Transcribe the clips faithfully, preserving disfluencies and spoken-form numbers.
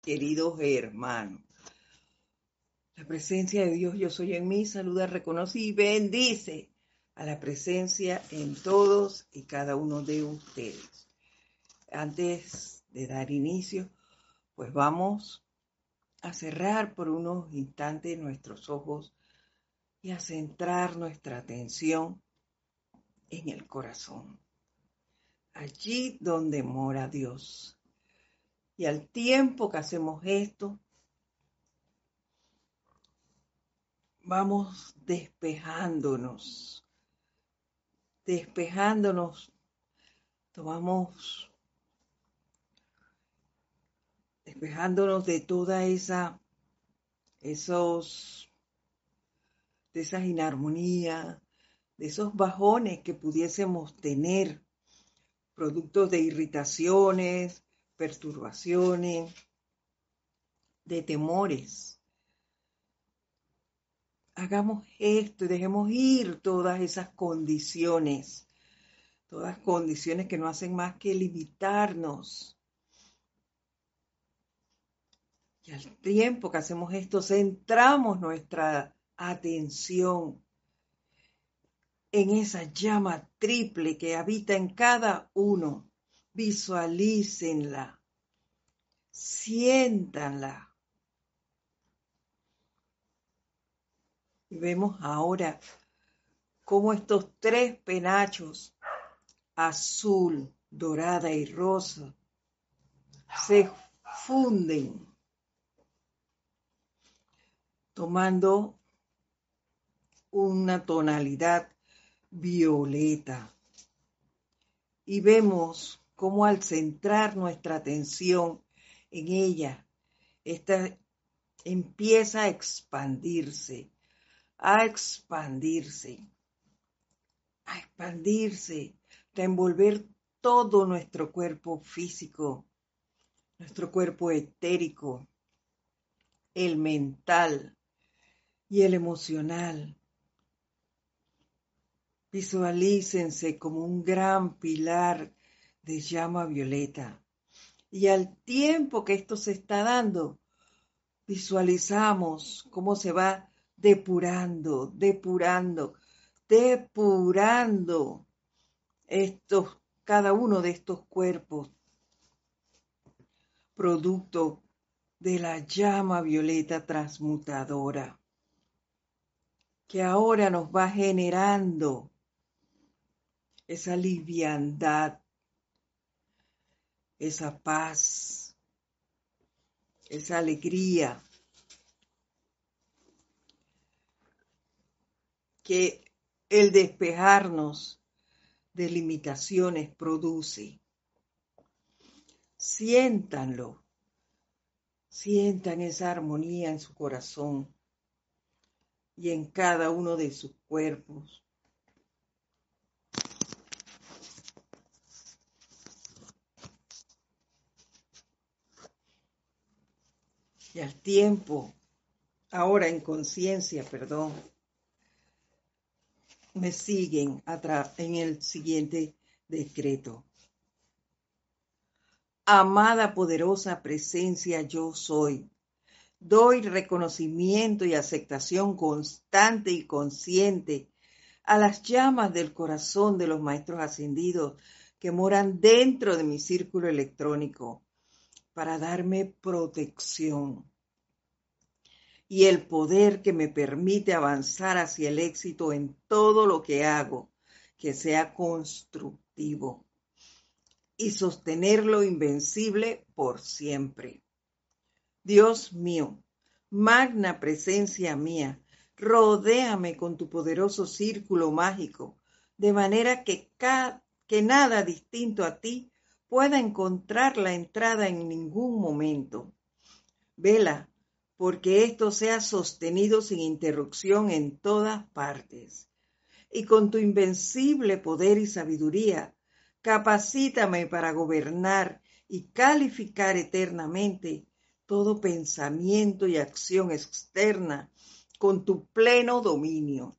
queridos hermanos. La presencia de Dios, yo soy en mí, saluda, reconoce y bendice a la presencia en todos y cada uno de ustedes. Antes de dar inicio, pues vamos a cerrar por unos instantes nuestros ojos y a centrar nuestra atención en el corazón, allí donde mora Dios. Y al tiempo que hacemos esto, vamos despejándonos, despejándonos, tomamos, despejándonos de toda esa, esos, de esas inarmonías, de esos bajones que pudiésemos tener, productos de irritaciones, perturbaciones, de temores. Hagamos esto y dejemos ir todas esas condiciones, todas condiciones que no hacen más que limitarnos. Y al tiempo que hacemos esto, centramos nuestra atención en esa llama triple que habita en cada uno. Visualícenla, siéntanla. Y vemos ahora cómo estos tres penachos, azul, dorada y rosa, se funden, tomando una tonalidad violeta. Y vemos cómo al centrar nuestra atención en ella, esta empieza a expandirse, a expandirse, a expandirse, a envolver todo nuestro cuerpo físico, nuestro cuerpo etérico, el mental y el emocional. Visualícense como un gran pilar de llama violeta. Y al tiempo que esto se está dando, visualizamos cómo se va depurando, depurando, depurando estos, cada uno de estos cuerpos, producto de la llama violeta transmutadora, que ahora nos va generando esa liviandad, esa paz, esa alegría que el despejarnos de limitaciones produce. Siéntanlo, sientan esa armonía en su corazón y en cada uno de sus cuerpos. Y al tiempo, ahora en conciencia, perdón, me siguen en el siguiente decreto. Amada poderosa presencia yo soy, doy reconocimiento y aceptación constante y consciente a las llamas del corazón de los maestros ascendidos que moran dentro de mi círculo electrónico para darme protección y el poder que me permite avanzar hacia el éxito en todo lo que hago, que sea constructivo, y sostenerlo invencible por siempre. Dios mío, magna presencia mía, rodéame con tu poderoso círculo mágico, de manera que, ca- que nada distinto a ti pueda encontrar la entrada en ningún momento. Vela, porque esto sea sostenido sin interrupción en todas partes. Y con tu invencible poder y sabiduría, capacítame para gobernar y calificar eternamente todo pensamiento y acción externa con tu pleno dominio.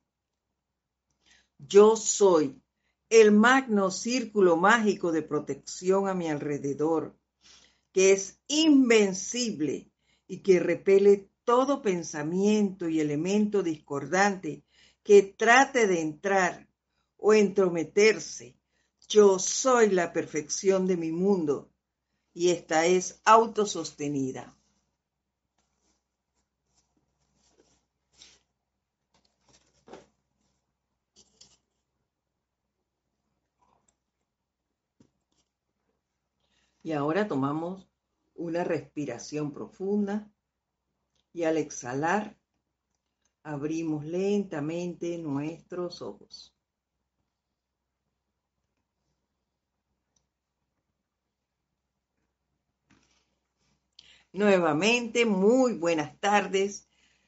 Yo soy el magno círculo mágico de protección a mi alrededor, que es invencible y que repele todo pensamiento y elemento discordante que trate de entrar o entrometerse. Yo soy la perfección de mi mundo y esta es autosostenida. Y ahora tomamos una respiración profunda y al exhalar abrimos lentamente nuestros ojos. Nuevamente, muy buenas tardes,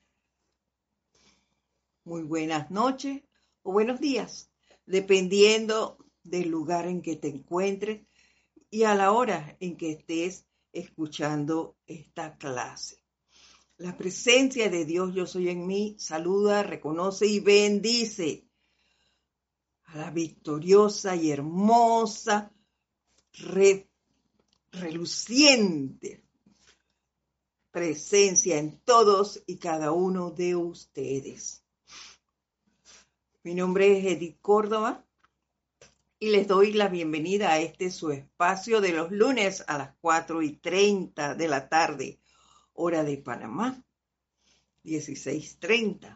muy buenas noches o buenos días, dependiendo del lugar en que te encuentres y a la hora en que estés escuchando esta clase. La presencia de Dios Yo Soy en mí saluda, reconoce y bendice a la victoriosa y hermosa, re, reluciente presencia en todos y cada uno de ustedes. Mi nombre es Edith Córdoba y les doy la bienvenida a este su espacio de los lunes a las cuatro y treinta de la tarde, hora de Panamá, dieciséis treinta.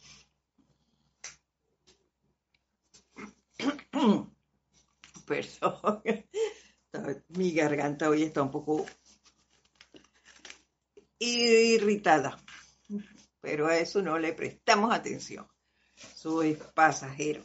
Perdón, mi garganta hoy está un poco irritada, pero a eso no le prestamos atención. Eso es pasajero.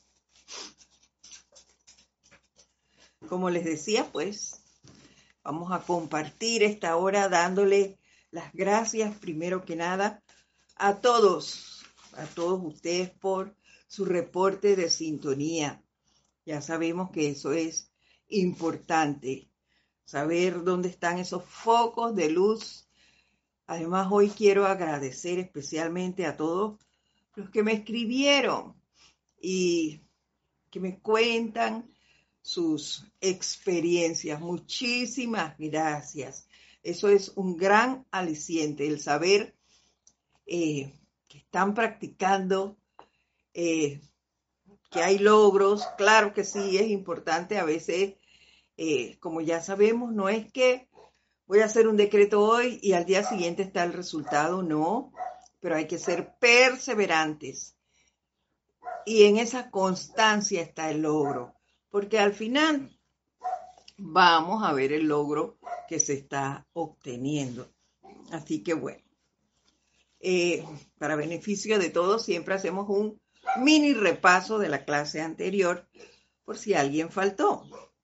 Como les decía, pues, vamos a compartir esta hora dándole las gracias, primero que nada, a todos, a todos ustedes por su reporte de sintonía. Ya sabemos que eso es importante, saber dónde están esos focos de luz. Además, hoy quiero agradecer especialmente a todos los que me escribieron y que me cuentan sus experiencias. Muchísimas gracias. Eso es un gran aliciente, el saber eh, que están practicando, eh, que hay logros. Claro que sí, es importante. A veces, eh, como ya sabemos, no es que voy a hacer un decreto hoy y al día siguiente está el resultado, no, pero hay que ser perseverantes. Y en esa constancia está el logro, porque al final vamos a ver el logro que se está obteniendo. Así que bueno, eh, para beneficio de todos, siempre hacemos un mini repaso de la clase anterior, por si alguien faltó.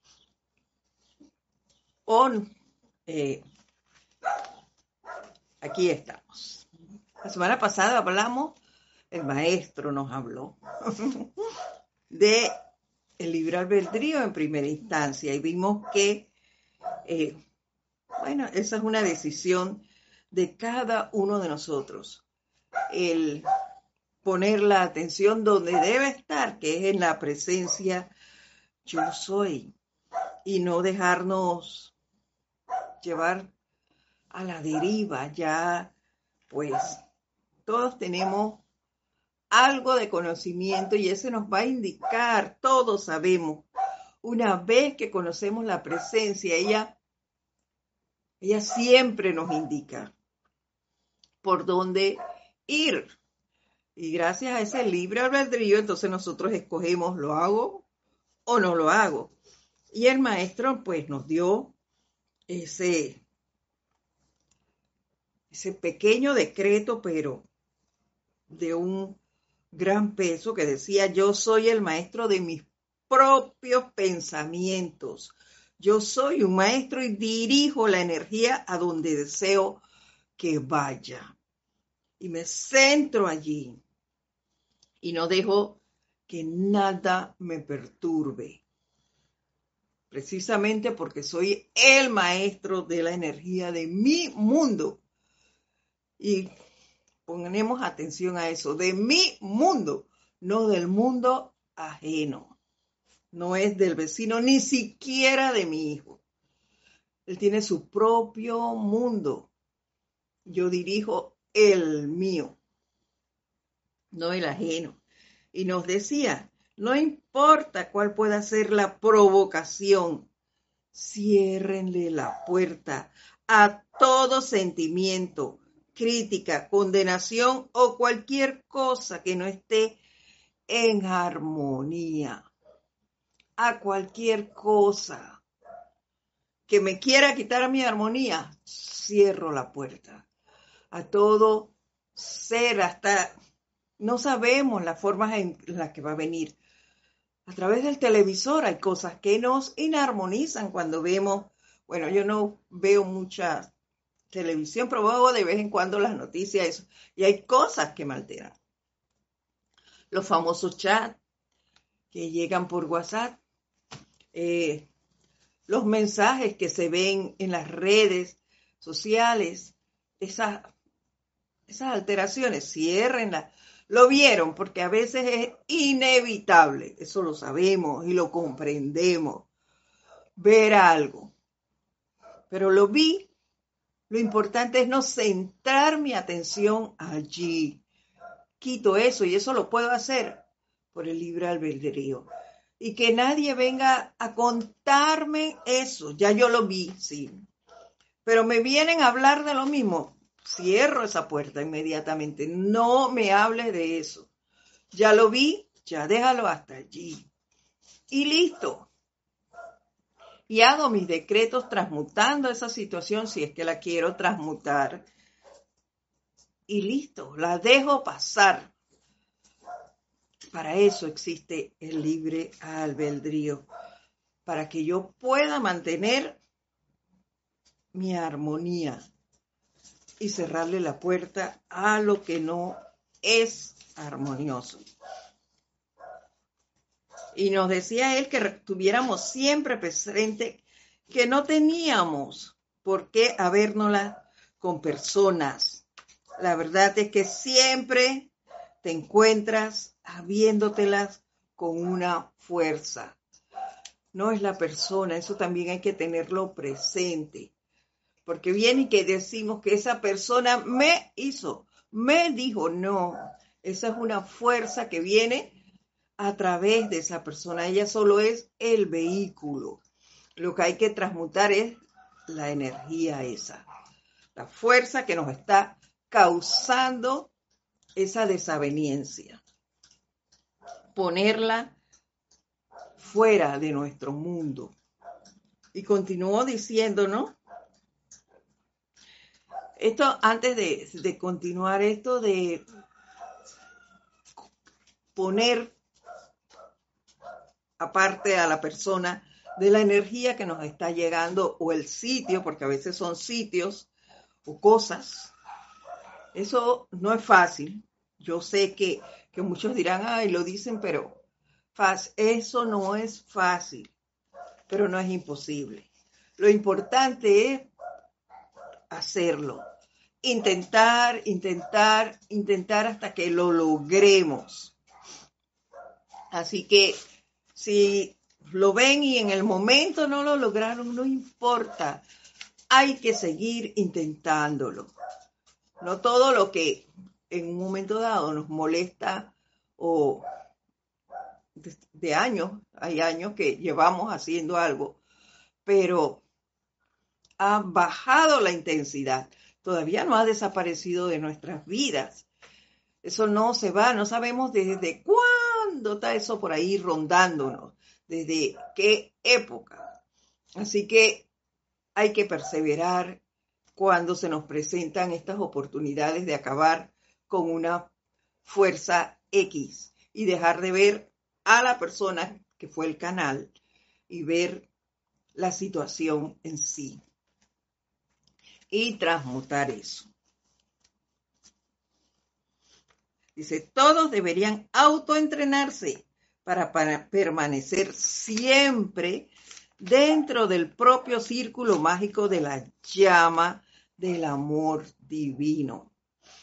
O, eh, aquí estamos. La semana pasada hablamos, el maestro nos habló de el libre albedrío en primera instancia y vimos que, eh, bueno, esa es una decisión de cada uno de nosotros. El poner la atención donde debe estar, que es en la presencia yo soy, y no dejarnos llevar a la deriva. Ya, pues, todos tenemos algo de conocimiento y ese nos va a indicar, todos sabemos. Una vez que conocemos la presencia, ella, ella siempre nos indica por dónde ir. Y gracias a ese libre albedrío, entonces nosotros escogemos, ¿lo hago o no lo hago? Y el maestro, pues, nos dio ese, ese pequeño decreto, pero de un gran peso, que decía: yo soy el maestro de mis propios pensamientos. Yo soy un maestro y dirijo la energía a donde deseo que vaya. Y me centro allí y no dejo que nada me perturbe. Precisamente porque soy el maestro de la energía de mi mundo. Y ponemos atención a eso, de mi mundo, no del mundo ajeno. No es del vecino, ni siquiera de mi hijo. Él tiene su propio mundo. Yo dirijo el mío, no el ajeno. Y nos decía, no importa cuál pueda ser la provocación, ciérrenle la puerta a todo sentimiento, crítica, condenación o cualquier cosa que no esté en armonía. A cualquier cosa que me quiera quitar mi armonía, cierro la puerta. A todo ser, hasta no sabemos las formas en las que va a venir. A través del televisor hay cosas que nos inarmonizan cuando vemos, bueno, yo no veo mucha televisión, pero veo de vez en cuando las noticias, eso, y hay cosas que me alteran. Los famosos chats que llegan por WhatsApp, eh, los mensajes que se ven en las redes sociales, esas, esas alteraciones, ciérrenlas. Lo vieron, porque a veces es inevitable, eso lo sabemos y lo comprendemos, ver algo. Pero lo vi, lo importante es no centrar mi atención allí. Quito eso y eso lo puedo hacer por el libre albedrío. Y que nadie venga a contarme eso. Ya yo lo vi, sí. Pero me vienen a hablar de lo mismo. Cierro esa puerta inmediatamente. No me hables de eso. Ya lo vi, ya déjalo hasta allí. Y listo. Y hago mis decretos transmutando esa situación si es que la quiero transmutar. Y listo, la dejo pasar. Para eso existe el libre albedrío, para que yo pueda mantener mi armonía y cerrarle la puerta a lo que no es armonioso. Y nos decía él que tuviéramos siempre presente que no teníamos por qué habérnosla con personas. La verdad es que siempre te encuentras habiéndotelas con una fuerza. No es la persona, eso también hay que tenerlo presente. Porque viene y que decimos que esa persona me hizo, me dijo, no. Esa es una fuerza que viene a través de esa persona. Ella solo es el vehículo. Lo que hay que transmutar es la energía esa. La fuerza que nos está causando esa desaveniencia. Ponerla fuera de nuestro mundo. Y continuó diciéndonos, esto antes de, de continuar, esto de poner aparte a la persona de la energía que nos está llegando o el sitio, porque a veces son sitios o cosas. Eso no es fácil. Yo sé que, que muchos dirán, ay, lo dicen, pero eso no es fácil, pero no es imposible. Lo importante es hacerlo. Intentar, intentar, intentar hasta que lo logremos. Así que si lo ven y en el momento no lo lograron, no importa. Hay que seguir intentándolo. No todo lo que en un momento dado nos molesta o de, de años, hay años que llevamos haciendo algo, pero ha bajado la intensidad. Todavía no ha desaparecido de nuestras vidas. Eso no se va, no sabemos desde cuándo está eso por ahí rondándonos, desde qué época. Así que hay que perseverar cuando se nos presentan estas oportunidades de acabar con una fuerza X y dejar de ver a la persona que fue el canal y ver la situación en sí y transmutar eso. Dice, todos deberían autoentrenarse para, para permanecer siempre dentro del propio círculo mágico de la llama del amor divino,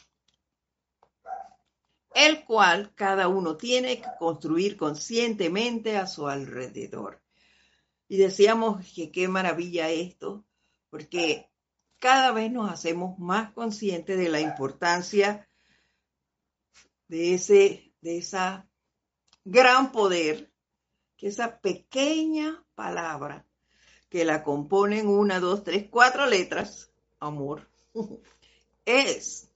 el cual cada uno tiene que construir conscientemente a su alrededor. Y decíamos que qué maravilla esto, porque cada vez nos hacemos más conscientes de la importancia de ese, de esa gran poder, que esa pequeña palabra que la componen una, dos, tres, cuatro letras, amor, es.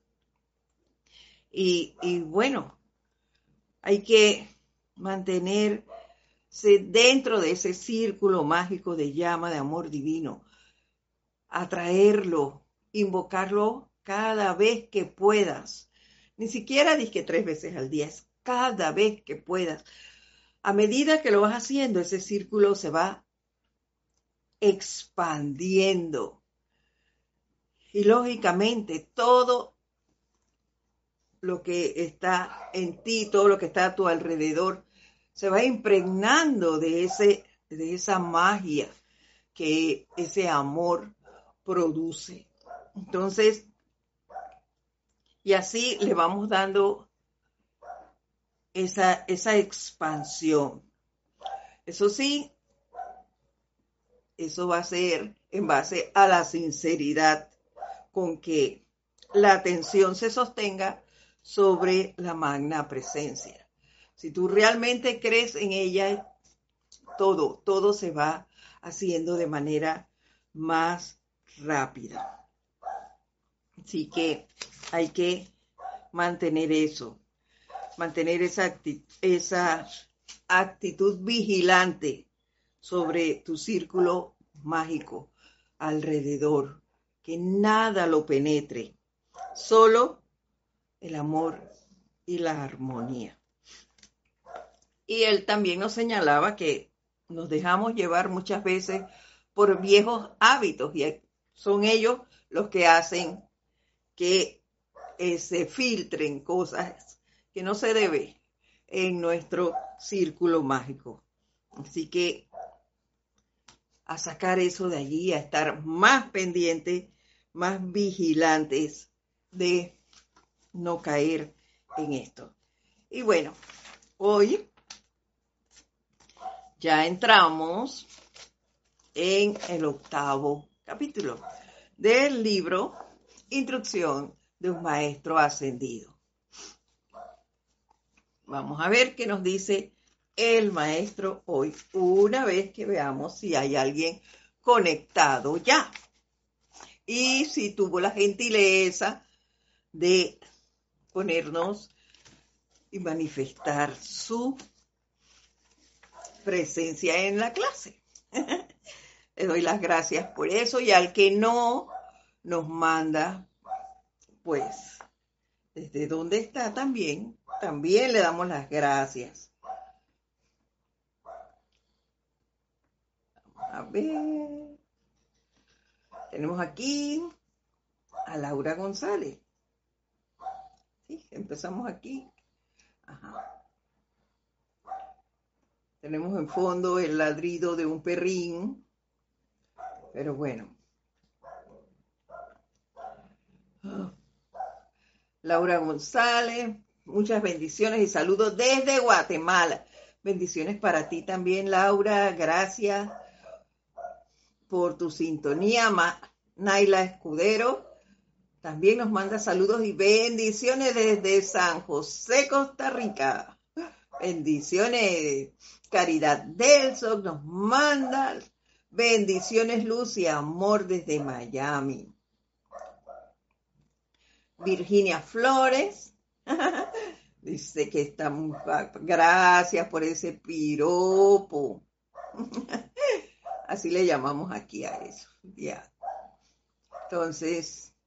Y, y bueno, hay que mantenerse dentro de ese círculo mágico de llama de amor divino, atraerlo, invocarlo cada vez que puedas. Ni siquiera dices que tres veces al día, es cada vez que puedas. A medida que lo vas haciendo, ese círculo se va expandiendo. Y lógicamente todo lo que está en ti, todo lo que está a tu alrededor, se va impregnando de, ese, de esa magia que ese amor produce. Entonces, y así le vamos dando esa, esa expansión. Eso sí, eso va a ser en base a la sinceridad con que la atención se sostenga sobre la magna presencia. Si tú realmente crees en ella, todo, todo se va haciendo de manera más rápida. Así que hay que mantener eso, mantener esa actitud, esa actitud vigilante sobre tu círculo mágico alrededor, que nada lo penetre, solo el amor y la armonía. Y él también nos señalaba que nos dejamos llevar muchas veces por viejos hábitos y son ellos los que hacen que eh, se filtren cosas que no se debe en nuestro círculo mágico. Así que a sacar eso de allí, a estar más pendientes, más vigilantes de no caer en esto. Y bueno, hoy ya entramos en el octavo capítulo del libro Instrucción de un Maestro Ascendido. Vamos a ver qué nos dice el maestro hoy, una vez que veamos si hay alguien conectado ya. Y si tuvo la gentileza de ponernos y manifestar su presencia en la clase. Le doy las gracias por eso, y al que no nos manda, pues, desde donde está también, también le damos las gracias. Vamos a ver. Tenemos aquí a Laura González. Sí, empezamos aquí. Ajá. Tenemos en fondo el ladrido de un perrín. Pero bueno. Laura González, muchas bendiciones y saludos desde Guatemala. Bendiciones para ti también, Laura. Gracias por tu sintonía. Ma- Naila Escudero también nos manda saludos y bendiciones desde San José, Costa Rica. Bendiciones. Caridad Delso nos manda bendiciones, luz y amor desde Miami. Virginia Flores dice que está muy... Gracias por ese piropo. Así le llamamos aquí a eso. Ya. Entonces,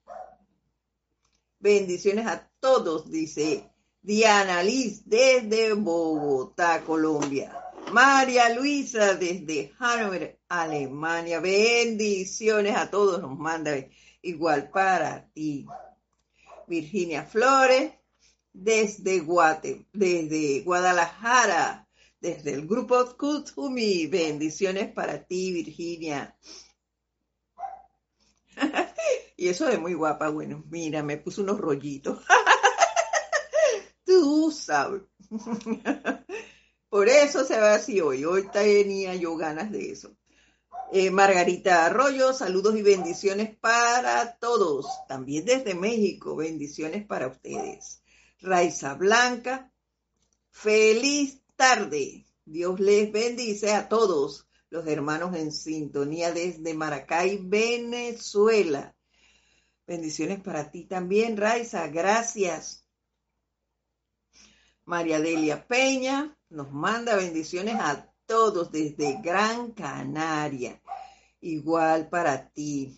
bendiciones a todos, dice Diana Liz desde Bogotá, Colombia. María Luisa desde Hannover, Alemania. Bendiciones a todos, nos manda igual para ti. Virginia Flores desde Guate, desde Guadalajara, desde el grupo Kutsumi. Bendiciones para ti, Virginia. Y eso de muy guapa, bueno, mira, me puso unos rollitos. Tú sabes. Por eso se ve así hoy. Hoy tenía yo ganas de eso. Eh, Margarita Arroyo, saludos y bendiciones para todos. También desde México, bendiciones para ustedes. Raiza Blanca, feliz tarde. Dios les bendice a todos los hermanos en sintonía desde Maracay, Venezuela. Bendiciones para ti también, Raiza. Gracias. María Delia Peña nos manda bendiciones a todos desde Gran Canaria. Igual para ti.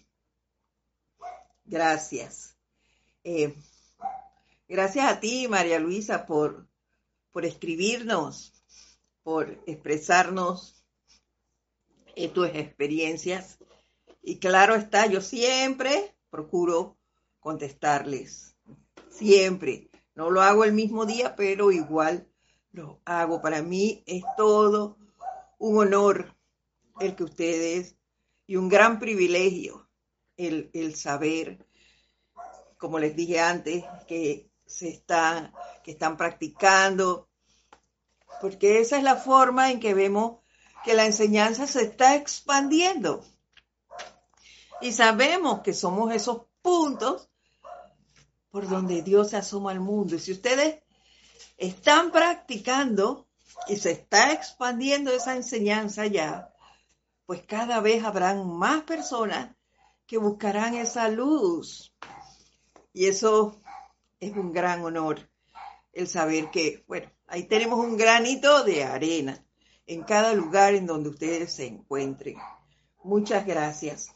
Gracias. Eh, gracias a ti, María Luisa, por, por escribirnos, por expresarnos eh, tus experiencias. Y claro está, yo siempre procuro contestarles. Siempre. No lo hago el mismo día, pero igual lo hago. Para mí es todo un honor el que ustedes, y un gran privilegio el, el saber, como les dije antes, que se está, que están practicando, porque esa es la forma en que vemos que la enseñanza se está expandiendo. Y sabemos que somos esos puntos por donde Dios se asoma al mundo. Y si ustedes están practicando y se está expandiendo esa enseñanza ya, pues cada vez habrán más personas que buscarán esa luz. Y eso es un gran honor, el saber que, bueno, ahí tenemos un granito de arena en cada lugar en donde ustedes se encuentren. Muchas gracias.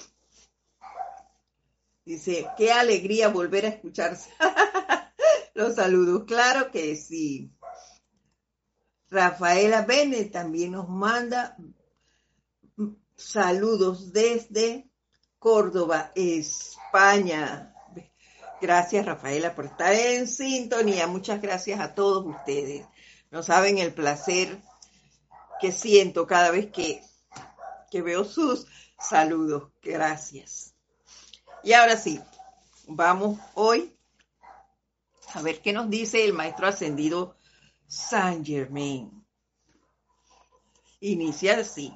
Dice, qué alegría volver a escucharse. Los saludos, claro que sí. Rafaela Bennett también nos manda saludos desde Córdoba, España. Gracias, Rafaela, por estar en sintonía. Muchas gracias a todos ustedes. No saben el placer que siento cada vez que, que veo sus saludos. Gracias. Y ahora sí, vamos hoy a ver qué nos dice el maestro ascendido Saint Germain. Inicia así.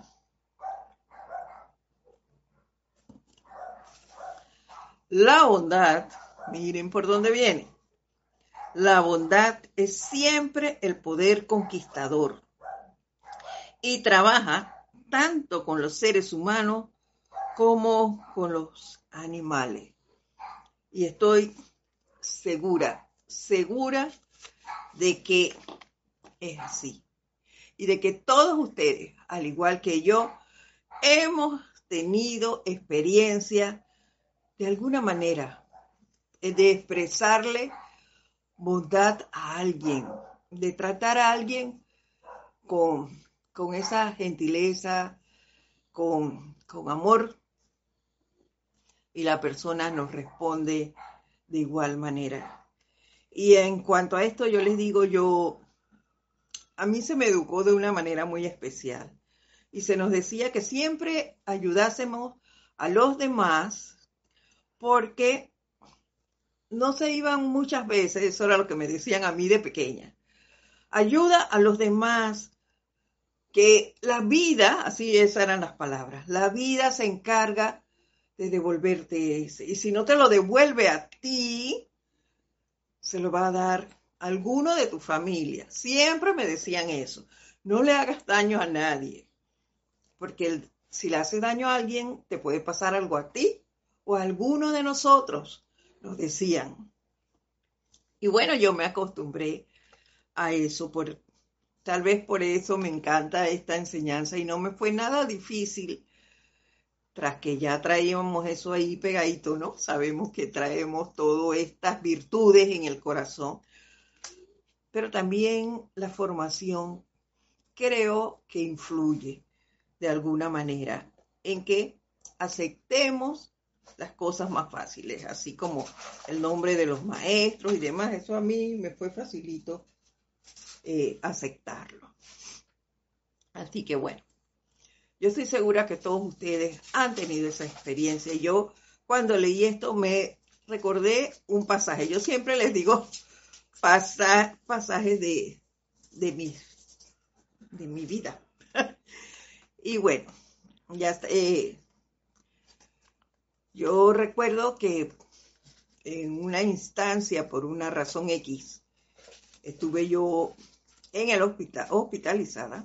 La bondad, miren por dónde viene. La bondad es siempre el poder conquistador y trabaja tanto con los seres humanos como con los animales. Y estoy segura, segura de que es así. Y de que todos ustedes, al igual que yo, hemos tenido experiencia de alguna manera de expresarle bondad a alguien, de tratar a alguien con, con esa gentileza, con, con amor, y la persona nos responde de igual manera. Y en cuanto a esto, yo les digo, yo, a mí se me educó de una manera muy especial. Y se nos decía que siempre ayudásemos a los demás, porque no se iban muchas veces, eso era lo que me decían a mí de pequeña. Ayuda a los demás, que la vida, así esas eran las palabras, la vida se encarga de devolverte ese. Y si no te lo devuelve a ti, se lo va a dar a alguno de tu familia. Siempre me decían eso. No le hagas daño a nadie, porque el, si le haces daño a alguien, te puede pasar algo a ti o a alguno de nosotros, nos decían. Y bueno, yo me acostumbré a eso, por, tal vez por eso me encanta esta enseñanza y no me fue nada difícil, tras que ya traíamos eso ahí pegadito, ¿no? Sabemos que traemos todas estas virtudes en el corazón, pero también la formación creo que influye de alguna manera en que aceptemos las cosas más fáciles, así como el nombre de los maestros y demás. Eso a mí me fue facilito eh, aceptarlo. Así que bueno, yo estoy segura que todos ustedes han tenido esa experiencia. Yo cuando leí esto me recordé un pasaje. Yo siempre les digo pasa, pasajes de, de, mi, de mi vida. Y bueno, ya está, eh, yo recuerdo que en una instancia, por una razón X, estuve yo en el hospital, hospitalizada,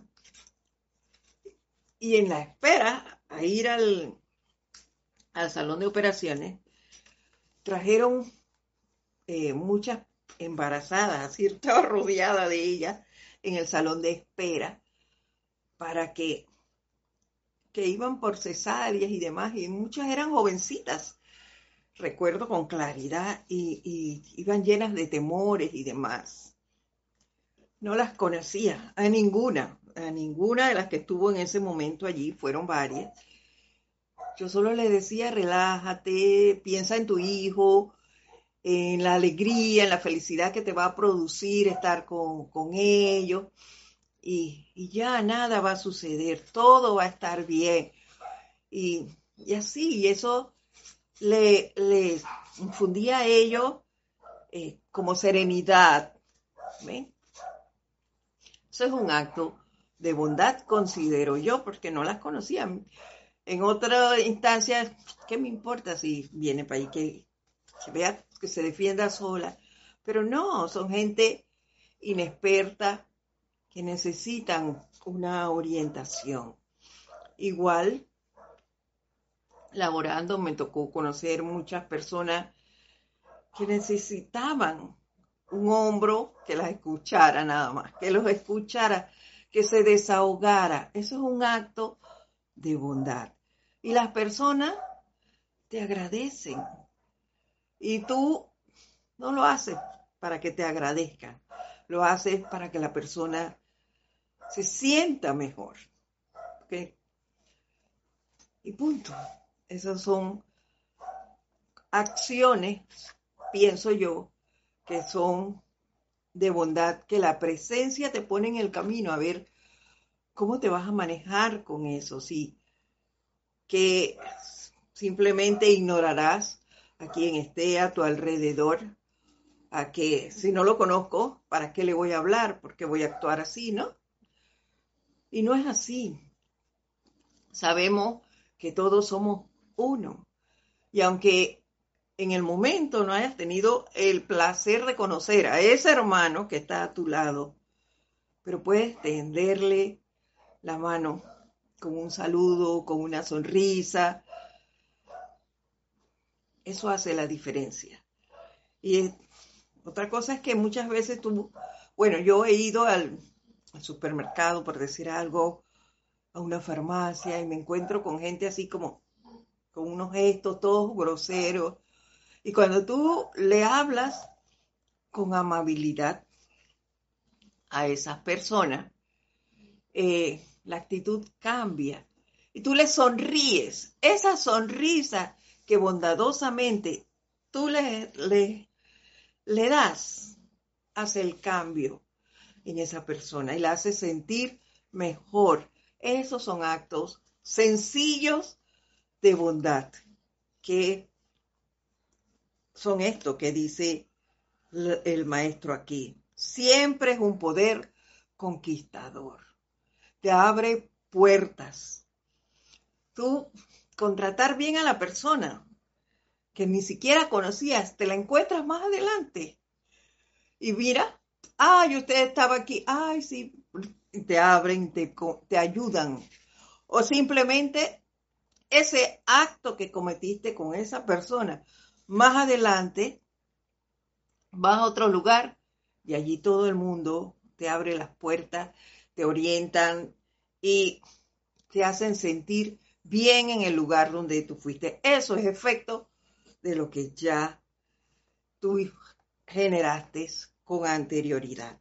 y en la espera a ir al, al salón de operaciones, trajeron eh, muchas embarazadas, así estaba rodeada de ellas en el salón de espera, para que, que iban por cesáreas y demás, y muchas eran jovencitas, recuerdo con claridad, y, y iban llenas de temores y demás. No las conocía, a ninguna, a ninguna de las que estuvo en ese momento allí, fueron varias. Yo solo le decía, relájate, piensa en tu hijo, en la alegría, en la felicidad que te va a producir estar con, con ellos, y, y ya nada va a suceder, todo va a estar bien. Y, y así, y eso le, le infundía a ellos eh, como serenidad. ¿Ven? Eso es un acto de bondad, considero yo, porque no las conocía. En otra instancia, ¿qué me importa si viene para ahí que, que vea que se defienda sola? Pero no, son gente inexperta que necesitan una orientación. Igual, laborando, me tocó conocer muchas personas que necesitaban un hombro que las escuchara nada más, que los escuchara, que se desahogara. Eso es un acto de bondad. Y las personas te agradecen. Y tú no lo haces para que te agradezcan, lo haces para que la persona se sienta mejor. ¿Okay? Y punto. Esas son acciones, pienso yo, que son de bondad, que la presencia te pone en el camino a ver cómo te vas a manejar con eso. Sí, que simplemente ignorarás a quien esté a tu alrededor, a que si no lo conozco, ¿para qué le voy a hablar? Porque voy a actuar así, ¿no? Y no es así. Sabemos que todos somos uno. Y aunque en el momento no hayas tenido el placer de conocer a ese hermano que está a tu lado, pero puedes tenderle la mano con un saludo, con una sonrisa. Eso hace la diferencia. Y otra cosa es que muchas veces tú, bueno, yo he ido al, al supermercado, por decir algo, a una farmacia, y me encuentro con gente así como con unos gestos todos groseros. Y cuando tú le hablas con amabilidad a esas personas, eh, la actitud cambia. Y tú le sonríes. Esa sonrisa que bondadosamente tú le, le, le das, hace el cambio en esa persona y la hace sentir mejor. Esos son actos sencillos de bondad, que son esto que dice el maestro aquí. Siempre es un poder conquistador. Te abre puertas. Tú contratar bien a la persona que ni siquiera conocías, te la encuentras más adelante. Y mira, ay, usted estaba aquí, ay, sí, te abren, te, te ayudan. O simplemente ese acto que cometiste con esa persona, más adelante vas a otro lugar y allí todo el mundo te abre las puertas, te orientan y te hacen sentir bien en el lugar donde tú fuiste. Eso es efecto de lo que ya tú generaste con anterioridad.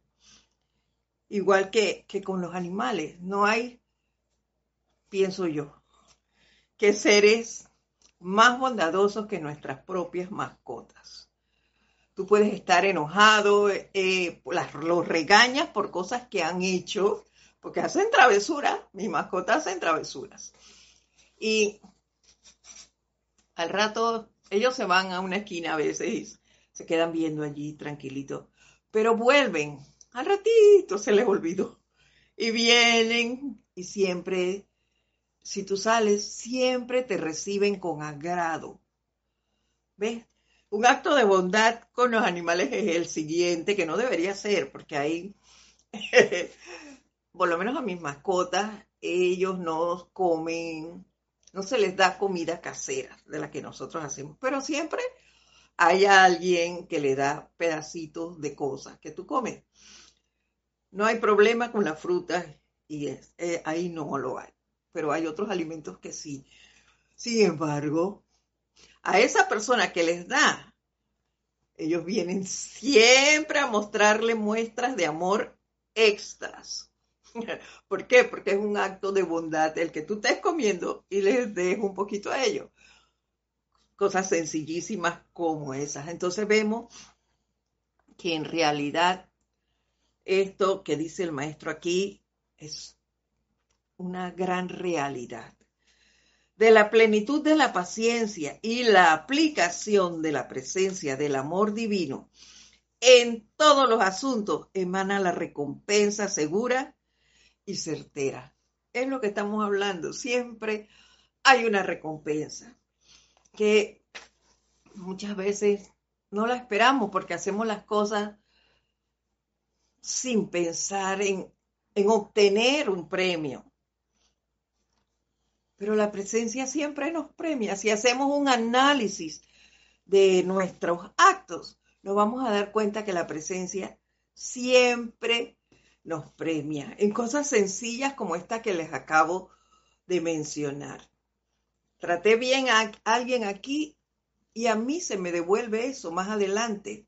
Igual que, que con los animales, no hay, pienso yo, que seres más bondadosos que nuestras propias mascotas. Tú puedes estar enojado, eh, las, los regañas por cosas que han hecho, porque hacen travesuras, mis mascotas hacen travesuras. Y al rato ellos se van a una esquina a veces y se quedan viendo allí tranquilitos, pero vuelven, al ratito se les olvidó, y vienen y siempre si tú sales, siempre te reciben con agrado. ¿Ves? Un acto de bondad con los animales es el siguiente, que no debería ser, porque ahí, por lo menos a mis mascotas, ellos no comen, no se les da comida casera de la que nosotros hacemos, pero siempre hay alguien que le da pedacitos de cosas que tú comes. No hay problema con la fruta y es, eh, ahí no lo hay, pero hay otros alimentos que sí. Sin embargo, a esa persona que les da, ellos vienen siempre a mostrarle muestras de amor extras. ¿Por qué? Porque es un acto de bondad el que tú estés comiendo y les des un poquito a ellos. Cosas sencillísimas como esas. Entonces vemos que en realidad esto que dice el maestro aquí es una gran realidad. De la plenitud de la paciencia y la aplicación de la presencia del amor divino en todos los asuntos emana la recompensa segura y certera. Es lo que estamos hablando. Siempre hay una recompensa que muchas veces no la esperamos porque hacemos las cosas sin pensar en, en obtener un premio. Pero la presencia siempre nos premia. Si hacemos un análisis de nuestros actos, nos vamos a dar cuenta que la presencia siempre nos premia en cosas sencillas como esta que les acabo de mencionar. Traté bien a alguien aquí y a mí se me devuelve eso más adelante.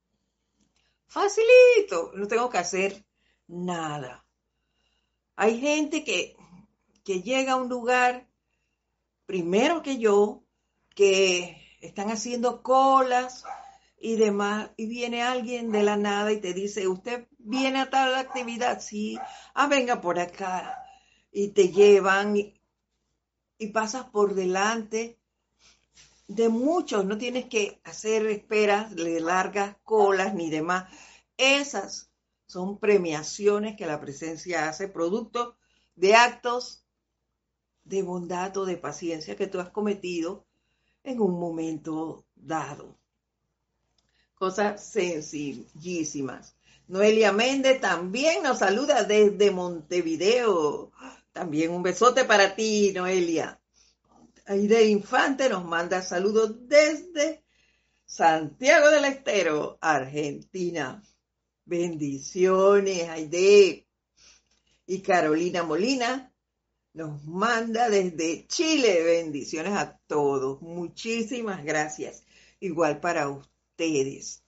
Facilito, no tengo que hacer nada. Hay gente que, que llega a un lugar primero que yo, que están haciendo colas y demás, y viene alguien de la nada y te dice, usted viene a tal actividad, sí, ah, venga por acá, y te llevan y, y pasas por delante de muchos, no tienes que hacer esperas de largas colas ni demás. Esas son premiaciones que la presencia hace, producto de actos de bondad o de paciencia que tú has cometido en un momento dado. Cosas sencillísimas. Noelia Méndez también nos saluda desde Montevideo. También un besote para ti, Noelia. Aide Infante nos manda saludos desde Santiago del Estero, Argentina. Bendiciones, Aide. Y Carolina Molina nos manda desde Chile. Bendiciones a todos. Muchísimas gracias. Igual para ustedes.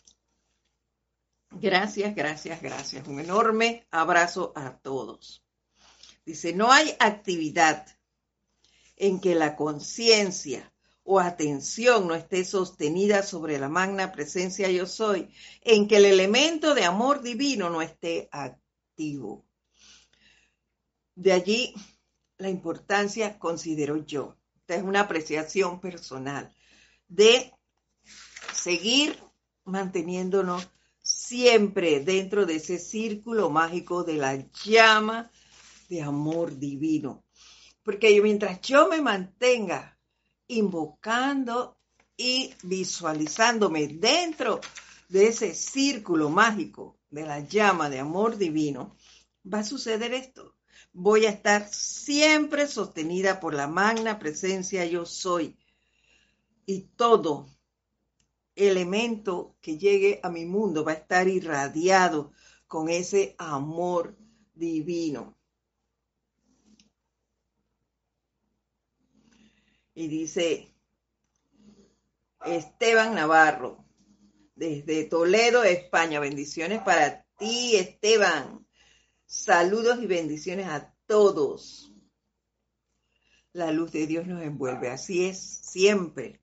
Gracias, gracias, gracias. Un enorme abrazo a todos. Dice, no hay actividad en que la conciencia o atención no esté sostenida sobre la magna presencia yo soy, en que el elemento de amor divino no esté activo. De allí la importancia, considero yo, esta es una apreciación personal, de seguir manteniéndonos siempre dentro de ese círculo mágico de la llama de amor divino. Porque mientras yo me mantenga invocando y visualizándome dentro de ese círculo mágico de la llama de amor divino, va a suceder esto. Voy a estar siempre sostenida por la magna presencia yo soy. Y todo elemento que llegue a mi mundo va a estar irradiado con ese amor divino. Y dice Esteban Navarro, desde Toledo, España. Bendiciones para ti, Esteban. Saludos y bendiciones a todos. La luz de Dios nos envuelve, así es, siempre.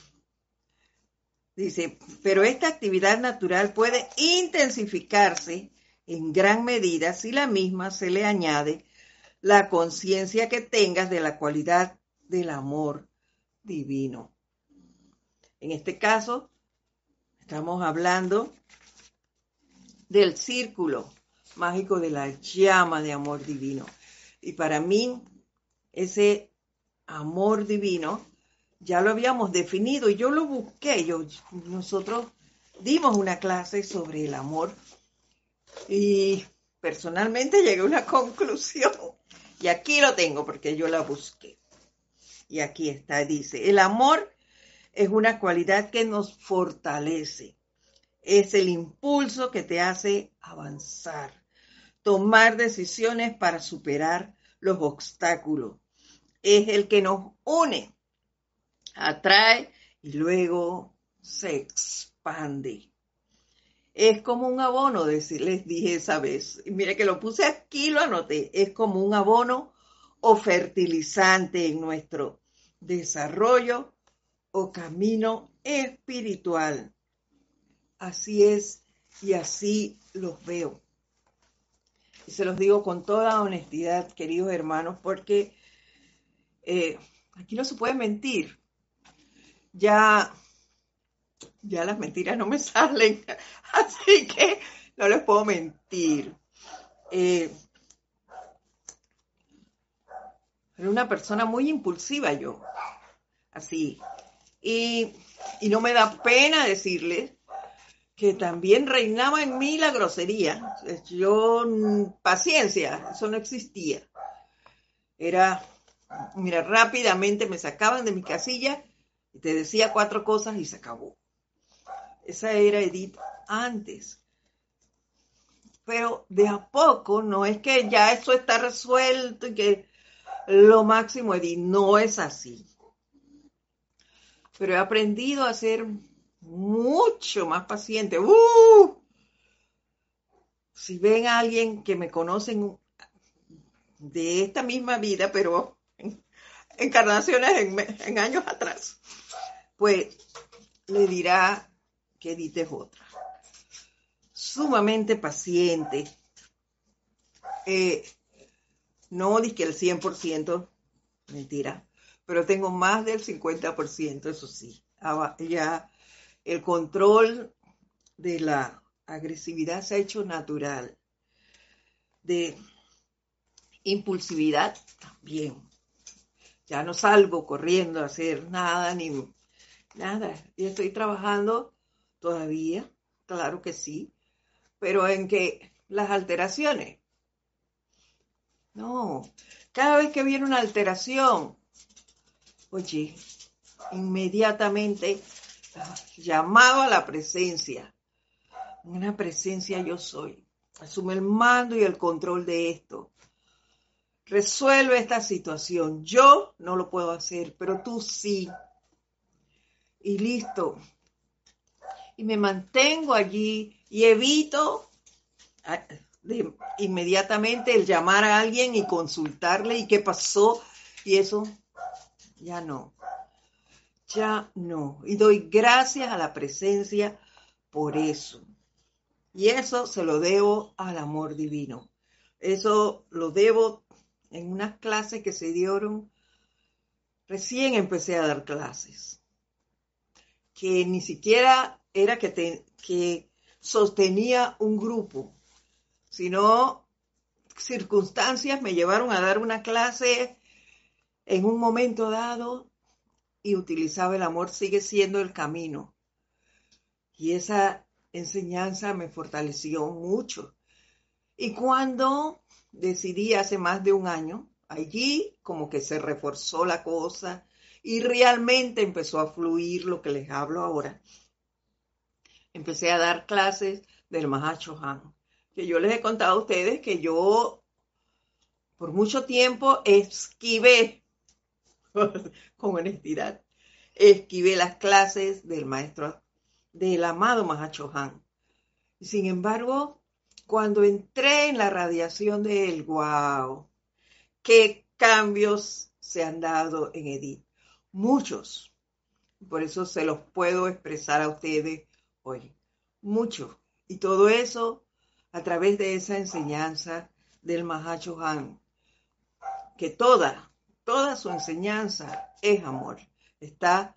Dice, pero esta actividad natural puede intensificarse en gran medida si la misma se le añade la conciencia que tengas de la cualidad del amor divino. En este caso, estamos hablando del círculo mágico de la llama de amor divino. Y para mí ese amor divino, ya lo habíamos definido y yo lo busqué. Yo, nosotros dimos una clase sobre el amor y personalmente llegué a una conclusión. Y aquí lo tengo porque yo la busqué. Y aquí está, dice, el amor es una cualidad que nos fortalece. Es el impulso que te hace avanzar, tomar decisiones para superar los obstáculos. Es el que nos une, atrae y luego se expande. Es como un abono, les dije esa vez. Y mire que lo puse aquí, lo anoté. Es como un abono o fertilizante en nuestro desarrollo o camino espiritual. Así es y así los veo. Y se los digo con toda honestidad, queridos hermanos, porque eh, aquí no se puede mentir. Ya, ya las mentiras no me salen, así que no les puedo mentir. Eh, era una persona muy impulsiva yo, así. Y, y no me da pena decirles que también reinaba en mí la grosería. Yo, paciencia, eso no existía. Era, mira, rápidamente me sacaban de mi casilla y te decía cuatro cosas y se acabó. Esa era Edith antes. Pero de a poco, no es que ya eso está resuelto y que lo máximo, Edith, no es así. Pero he aprendido a ser mucho más paciente. ¡Uh! Si ven a alguien que me conocen de esta misma vida, pero en encarnaciones en, en años atrás, pues le dirá que Edith es otra. Sumamente paciente. Eh, no dije el cien por ciento, mentira, pero tengo más del cincuenta por ciento, eso sí. Ya el control de la agresividad se ha hecho natural. De impulsividad también. Ya no salgo corriendo a hacer nada, ni nada. Y estoy trabajando todavía, claro que sí, pero en que las alteraciones, no, cada vez que viene una alteración, oye, inmediatamente llamado a la presencia. Una presencia yo soy. Asume el mando y el control de esto. Resuelve esta situación. Yo no lo puedo hacer, pero tú sí. Y listo. Y me mantengo allí y evito de, inmediatamente el llamar a alguien y consultarle y qué pasó. Y eso ya no. Ya no. Y doy gracias a la presencia por eso. Y eso se lo debo al amor divino. Eso lo debo en unas clases que se dieron. Recién empecé a dar clases. Que ni siquiera era que, te, que sostenía un grupo, sino circunstancias me llevaron a dar una clase en un momento dado y utilizaba el amor sigue siendo el camino. Y esa enseñanza me fortaleció mucho. Y cuando decidí hace más de un año, allí como que se reforzó la cosa y realmente empezó a fluir lo que les hablo ahora. Empecé a dar clases del Mahashohan, que yo les he contado a ustedes que yo por mucho tiempo esquivé, con honestidad, esquivé las clases del maestro, del amado Mahashohan. Sin embargo, cuando entré en la radiación de él, wow, qué cambios se han dado en Edith. Muchos. Por eso se los puedo expresar a ustedes hoy. Muchos. Y todo eso a través de esa enseñanza del Mahashohan. Que toda, toda su enseñanza es amor. Está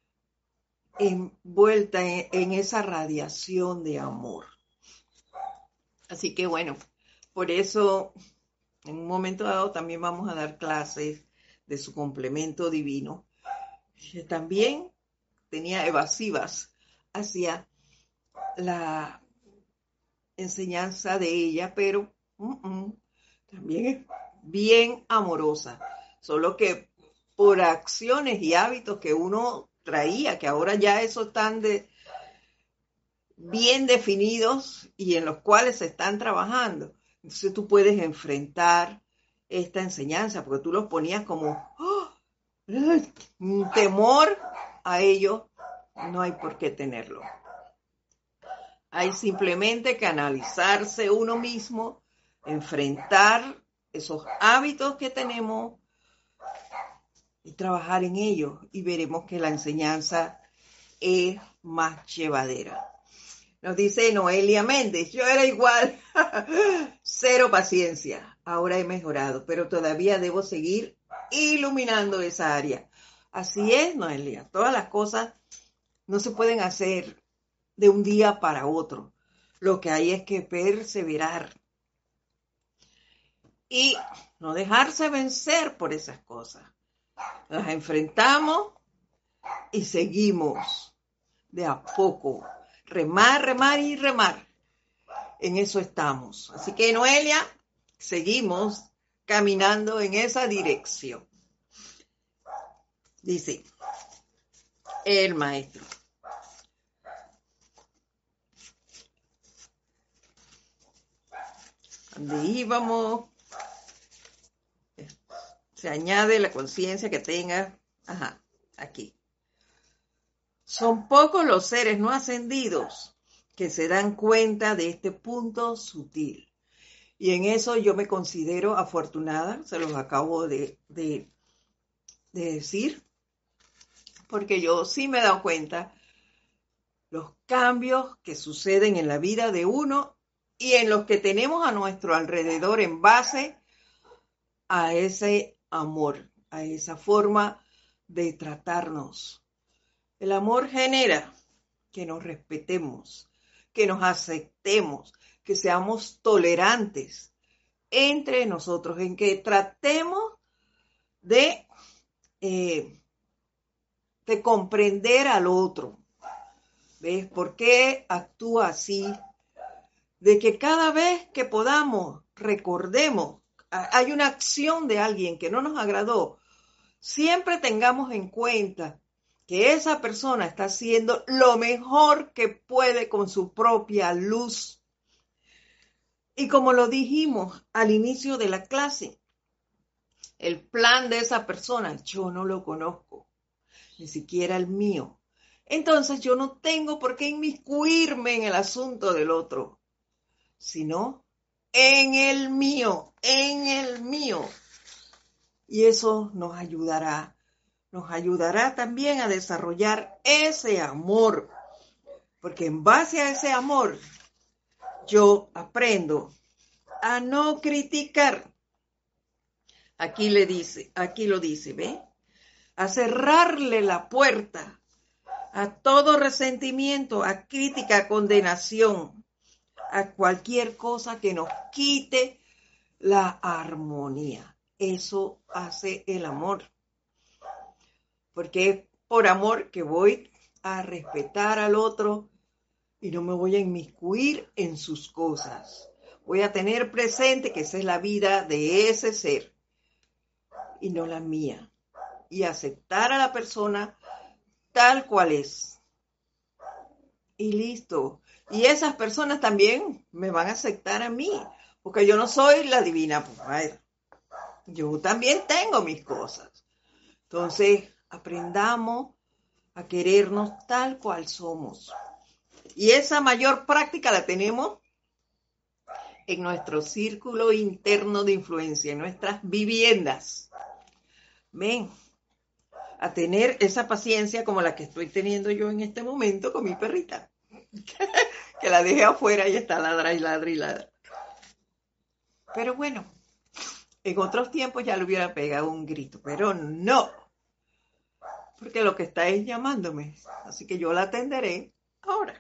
envuelta en, en esa radiación de amor. Así que bueno, por eso en un momento dado también vamos a dar clases de su complemento divino, también tenía evasivas hacia la enseñanza de ella, pero uh -uh, también es bien amorosa, solo que por acciones y hábitos que uno traía, que ahora ya eso están de, bien definidos y en los cuales se están trabajando. Entonces tú puedes enfrentar esta enseñanza, porque tú los ponías como ¡oh! Un temor a ello, no hay por qué tenerlo. Hay simplemente que analizarse uno mismo, enfrentar esos hábitos que tenemos y trabajar en ellos, y veremos que la enseñanza es más llevadera. Nos dice Noelia Méndez, yo era igual, cero paciencia, ahora he mejorado, pero todavía debo seguir iluminando esa área. Así es, Noelia, todas las cosas no se pueden hacer de un día para otro. Lo que hay es que perseverar y no dejarse vencer por esas cosas. Las enfrentamos y seguimos de a poco. Remar, remar y remar. En eso estamos. Así que, Noelia, seguimos caminando en esa dirección. Dice el maestro. ¿Dónde íbamos? Se añade la conciencia que tenga. Ajá, aquí. Son pocos los seres no ascendidos que se dan cuenta de este punto sutil. Y en eso yo me considero afortunada, se los acabo de, de, de decir, porque yo sí me he dado cuenta los cambios que suceden en la vida de uno y en los que tenemos a nuestro alrededor en base a ese amor, a esa forma de tratarnos. El amor genera que nos respetemos, que nos aceptemos, que seamos tolerantes entre nosotros, en que tratemos de, eh, de comprender al otro. ¿Ves? ¿Por qué actúa así? De que cada vez que podamos, recordemos, hay una acción de alguien que no nos agradó, siempre tengamos en cuenta que esa persona está haciendo lo mejor que puede con su propia luz. Y como lo dijimos al inicio de la clase, el plan de esa persona yo no lo conozco, ni siquiera el mío. Entonces yo no tengo por qué inmiscuirme en el asunto del otro, sino en el mío, en el mío. Y eso nos ayudará, nos ayudará también a desarrollar ese amor, porque en base a ese amor yo aprendo a no criticar. Aquí le dice, aquí lo dice, ¿ve? A cerrarle la puerta a todo resentimiento, a crítica, a condenación, a cualquier cosa que nos quite la armonía. Eso hace el amor. Porque es por amor que voy a respetar al otro y no me voy a inmiscuir en sus cosas. Voy a tener presente que esa es la vida de ese ser y no la mía. Y aceptar a la persona tal cual es. Y listo. Y esas personas también me van a aceptar a mí, porque yo no soy la divina mujer. Yo también tengo mis cosas. Entonces, aprendamos a querernos tal cual somos. Y esa mayor práctica la tenemos en nuestro círculo interno de influencia, en nuestras viviendas. Ven, a tener esa paciencia como la que estoy teniendo yo en este momento con mi perrita, que la dejé afuera y está ladra y ladra y ladra. Pero bueno, en otros tiempos ya le hubiera pegado un grito, pero no, porque lo que está es llamándome, así que yo la atenderé ahora.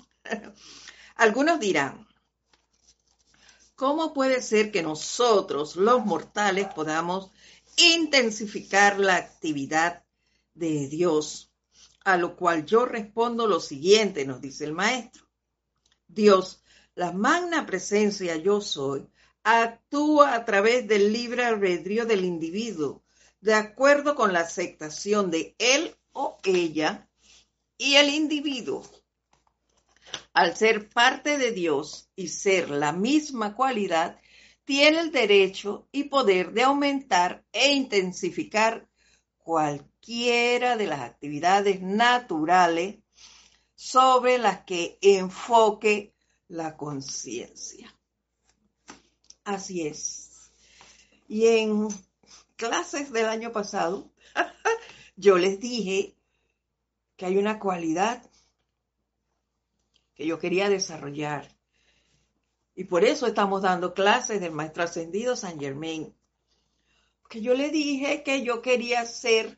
Algunos dirán, ¿cómo puede ser que nosotros, los mortales, podamos intensificar la actividad de Dios. A lo cual yo respondo lo siguiente, nos dice el maestro. Dios, la magna presencia yo soy, actúa a través del libre albedrío del individuo, de acuerdo con la aceptación de él o ella, y el individuo, al ser parte de Dios y ser la misma cualidad, tiene el derecho y poder de aumentar e intensificar cualquiera de las actividades naturales sobre las que enfoque la conciencia. Así es. Y en clases del año pasado, yo les dije que hay una cualidad que yo quería desarrollar. Y por eso estamos dando clases del Maestro Ascendido Saint Germain. Que yo le dije que yo quería ser,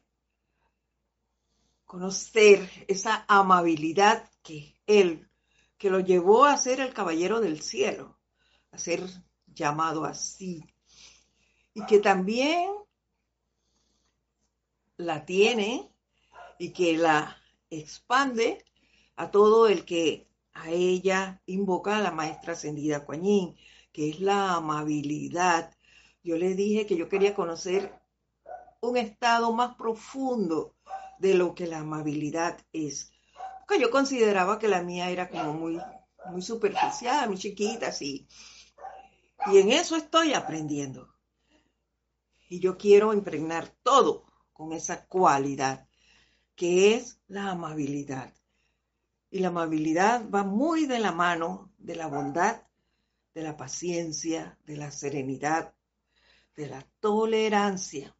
conocer esa amabilidad que él, que lo llevó a ser el caballero del cielo, a ser llamado así. Y que también la tiene y que la expande a todo el que a ella invoca a la maestra ascendida Kuan Yin, que es la amabilidad. Yo le dije que yo quería conocer un estado más profundo de lo que la amabilidad es. Porque yo consideraba que la mía era como muy, muy superficial, muy chiquita, así. Y en eso estoy aprendiendo. Y yo quiero impregnar todo con esa cualidad, que es la amabilidad. Y la amabilidad va muy de la mano de la bondad, de la paciencia, de la serenidad, de la tolerancia.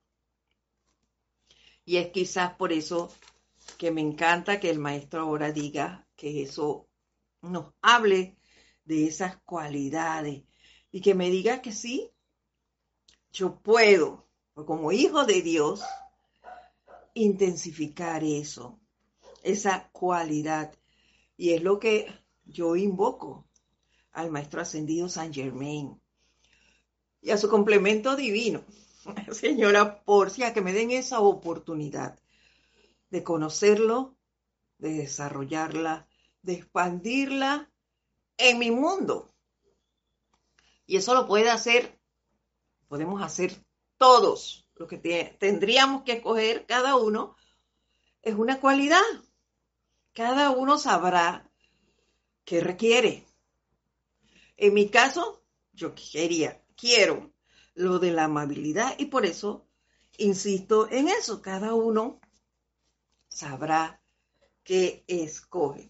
Y es quizás por eso que me encanta que el maestro ahora diga que eso nos hable de esas cualidades y que me diga que sí, yo puedo, como hijo de Dios, intensificar eso, esa cualidad. Y es lo que yo invoco al Maestro Ascendido Saint Germain y a su complemento divino, señora Porcia, que me den esa oportunidad de conocerlo, de desarrollarla, de expandirla en mi mundo. Y eso lo puede hacer, podemos hacer todos. Lo que te, tendríamos que escoger cada uno es una cualidad. Cada uno sabrá qué requiere. En mi caso, yo quería, quiero lo de la amabilidad y por eso insisto en eso. Cada uno sabrá qué escoge.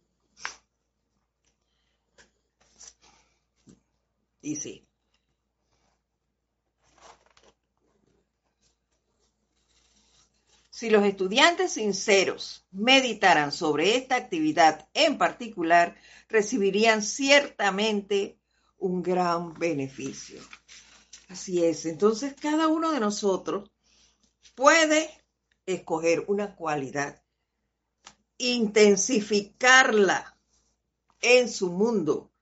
Dice, si los estudiantes sinceros meditaran sobre esta actividad en particular, recibirían ciertamente un gran beneficio. Así es, entonces cada uno de nosotros puede escoger una cualidad, intensificarla en su mundo.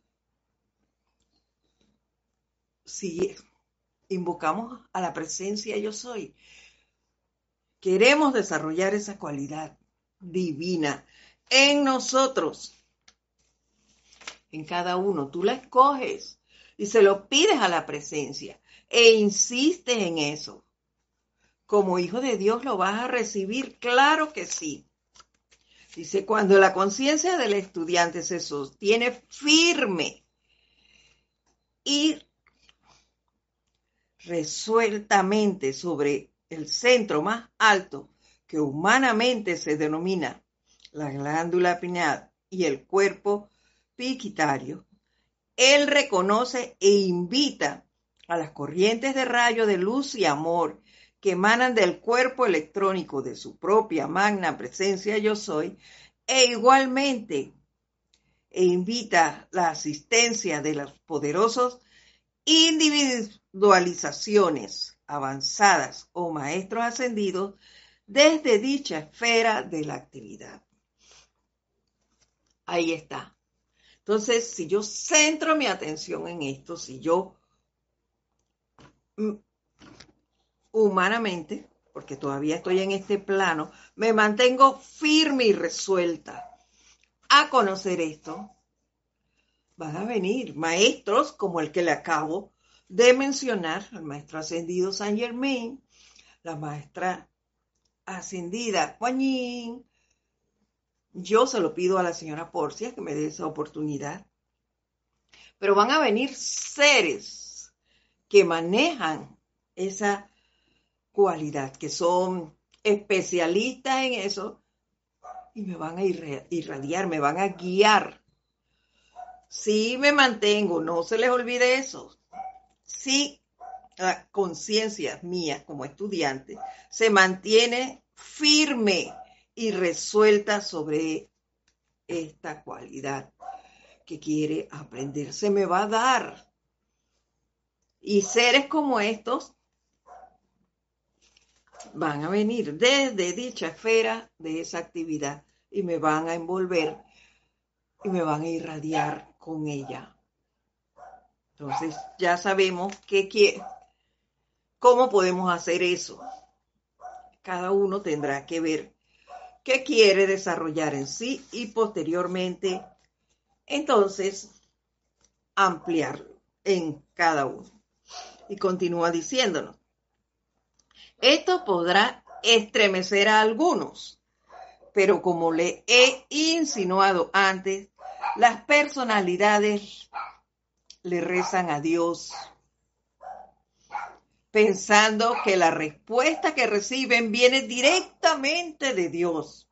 Si invocamos a la presencia yo soy, queremos desarrollar esa cualidad divina en nosotros, en cada uno. Tú la escoges y se lo pides a la presencia e insistes en eso. Como hijo de Dios lo vas a recibir, claro que sí. Dice, cuando la conciencia del estudiante se sostiene firme y resueltamente sobre el centro más alto que humanamente se denomina la glándula pineal y el cuerpo pituitario, él reconoce e invita a las corrientes de rayos de luz y amor que emanan del cuerpo electrónico de su propia magna presencia yo soy, e igualmente e invita la asistencia de los poderosos individualizaciones avanzadas o maestros ascendidos desde dicha esfera de la actividad. Ahí está. Entonces, si yo centro mi atención en esto, si yo humanamente, porque todavía estoy en este plano, me mantengo firme y resuelta a conocer esto, van a venir maestros como el que le acabo de mencionar, el maestro ascendido Saint Germain, la maestra ascendida Kuan Yin. Yo se lo pido a la señora Porcia que me dé esa oportunidad. Pero van a venir seres que manejan esa cualidad, que son especialistas en eso y me van a irradiar, me van a guiar. Si me mantengo, no se les olvide eso. Si la conciencia mía como estudiante se mantiene firme y resuelta sobre esta cualidad que quiere aprender, se me va a dar. Y seres como estos van a venir desde dicha esfera de esa actividad y me van a envolver y me van a irradiar con ella. Entonces ya sabemos qué quiere, cómo podemos hacer eso. Cada uno tendrá que ver qué quiere desarrollar en sí y posteriormente, entonces, ampliarlo en cada uno. Y continúa diciéndonos, esto podrá estremecer a algunos, pero como le he insinuado antes, las personalidades le rezan a Dios, pensando que la respuesta que reciben viene directamente de Dios,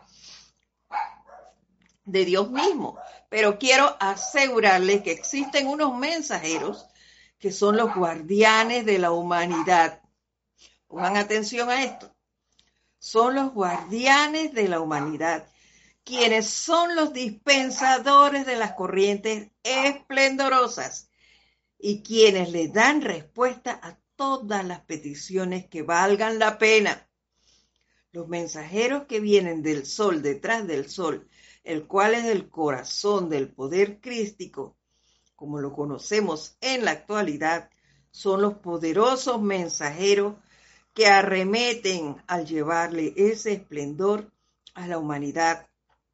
de Dios mismo. Pero quiero asegurarles que existen unos mensajeros que son los guardianes de la humanidad. Pongan atención a esto. Son los guardianes de la humanidad, quienes son los dispensadores de las corrientes esplendorosas y quienes le dan respuesta a todas las peticiones que valgan la pena. Los mensajeros que vienen del sol, detrás del sol, el cual es el corazón del poder crístico, como lo conocemos en la actualidad, son los poderosos mensajeros que arremeten al llevarle ese esplendor a la humanidad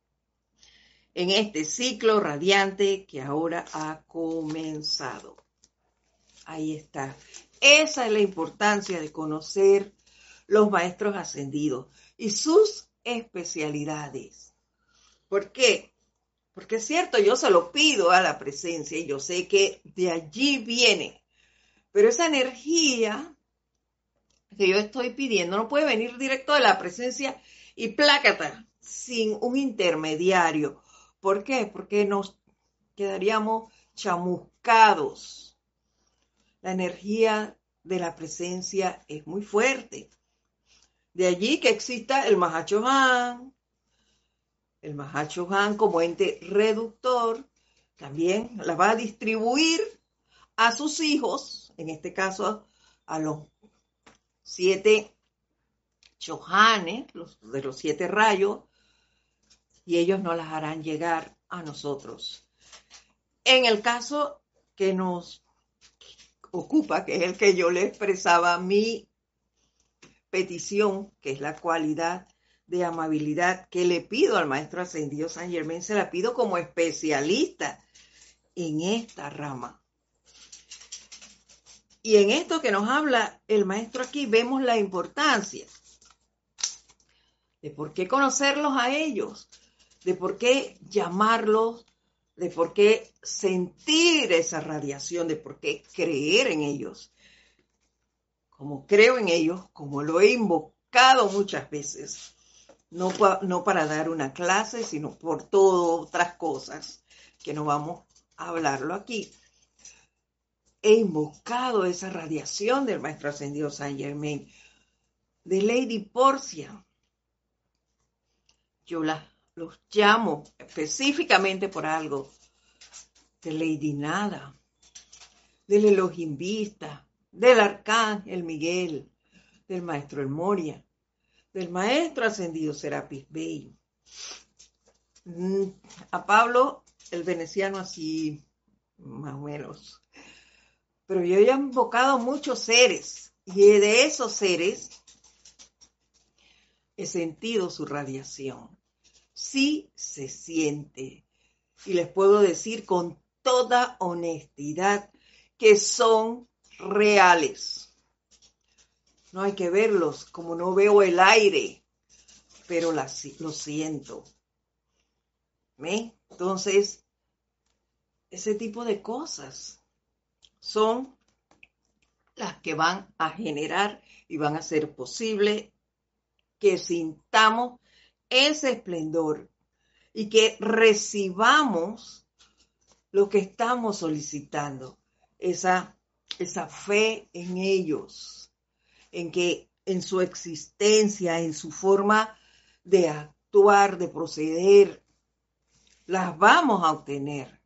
en este ciclo radiante que ahora ha comenzado. Ahí está. Esa es la importancia de conocer los maestros ascendidos y sus especialidades. ¿Por qué? Porque es cierto, yo se lo pido a la presencia y yo sé que de allí viene. Pero esa energía que yo estoy pidiendo no puede venir directo de la presencia y plácata, sin un intermediario. ¿Por qué? Porque nos quedaríamos chamuscados. La energía de la presencia es muy fuerte. De allí que exista el Mahachohan, el Mahachohan como ente reductor, también la va a distribuir a sus hijos, en este caso a los siete chohanes, los, de los siete rayos, y ellos nos las harán llegar a nosotros. En el caso que nos ocupa, que es el que yo le expresaba mi petición, que es la cualidad de amabilidad que le pido al maestro ascendido Saint Germain, se la pido como especialista en esta rama. Y en esto que nos habla el maestro aquí, vemos la importancia de por qué conocerlos a ellos, de por qué llamarlos, de por qué sentir esa radiación, de por qué creer en ellos. Como creo en ellos, como lo he invocado muchas veces, no, no para dar una clase, sino por todas otras cosas, que no vamos a hablarlo aquí. He invocado esa radiación del maestro ascendido Saint Germain, de Lady Porcia. Yo la, los llamo específicamente por algo, de Lady Nada, del Elohim Vista, del Arcángel Miguel, del Maestro El Moria, del Maestro Ascendido Serapis Bey. A Pablo, el veneciano, así, más o menos. Pero yo he invocado muchos seres Y de esos seres he sentido su radiación. Sí se siente. Y les puedo decir con toda honestidad que son reales. No hay que verlos como no veo el aire, pero la, lo siento. ¿Ve? Entonces, ese tipo de cosas son las que van a generar y van a hacer posible que sintamos ese esplendor y que recibamos lo que estamos solicitando, esa, esa fe en ellos, en que en su existencia, en su forma de actuar, de proceder, las vamos a obtener.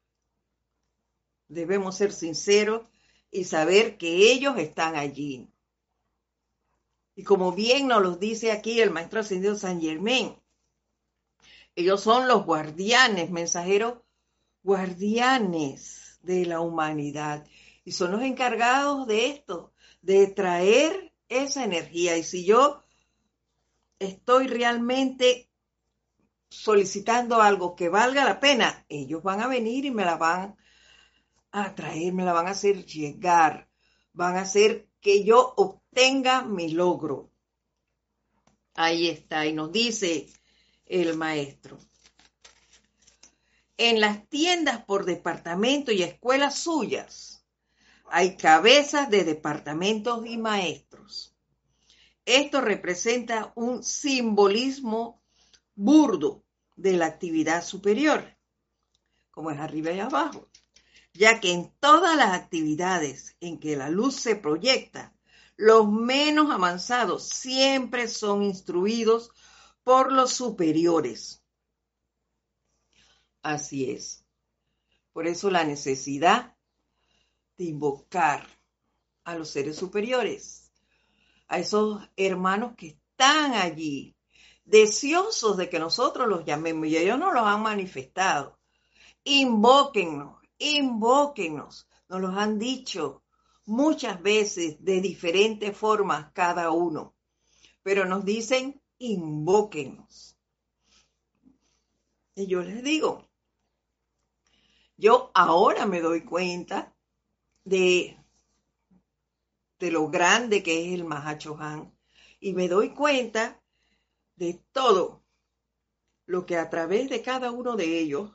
Debemos ser sinceros y saber que ellos están allí. Y como bien nos lo dice aquí el Maestro Ascendido Saint Germain, ellos son los guardianes, mensajeros guardianes de la humanidad. Y son los encargados de esto, de traer esa energía. Y si yo estoy realmente solicitando algo que valga la pena, ellos van a venir y me la van a traer, me la van a hacer llegar, van a hacer que yo obtenga mi logro. Ahí está, y nos dice el maestro. En las tiendas por departamento y escuelas suyas hay cabezas de departamentos y maestros. Esto representa un simbolismo burdo de la actividad superior, como es arriba y abajo, ya que en todas las actividades en que la luz se proyecta, los menos avanzados siempre son instruidos por los superiores. Así es. Por eso la necesidad de invocar a los seres superiores, a esos hermanos que están allí, deseosos de que nosotros los llamemos, y ellos nos los han manifestado. Invóquennos, invóquennos, nos los han dicho muchas veces de diferentes formas cada uno, pero nos dicen invóquennos. Y yo les digo, yo ahora me doy cuenta de, de lo grande que es el Mahachohan y me doy cuenta de todo lo que a través de cada uno de ellos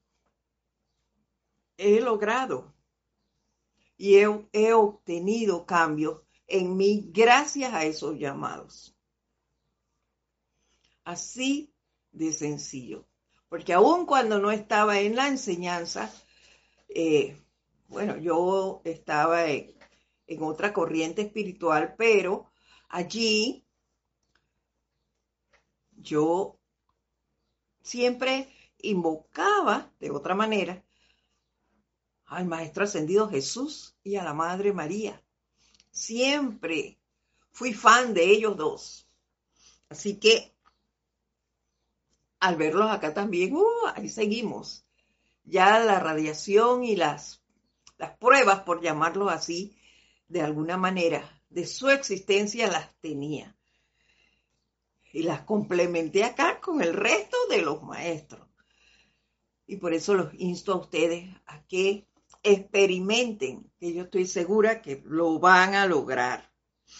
he logrado y he, he obtenido cambios en mí gracias a esos llamados. Así de sencillo. Porque aun cuando no estaba en la enseñanza, eh, bueno, yo estaba en, en otra corriente espiritual, pero allí yo siempre invocaba de otra manera al Maestro Ascendido Jesús y a la Madre María. Siempre fui fan de ellos dos. Así que al verlos acá también, uh, ahí seguimos. Ya la radiación y las, las pruebas, por llamarlo así, de alguna manera, de su existencia las tenía. Y las complementé acá con el resto de los maestros. Y por eso los insto a ustedes a que experimenten, que yo estoy segura que lo van a lograr.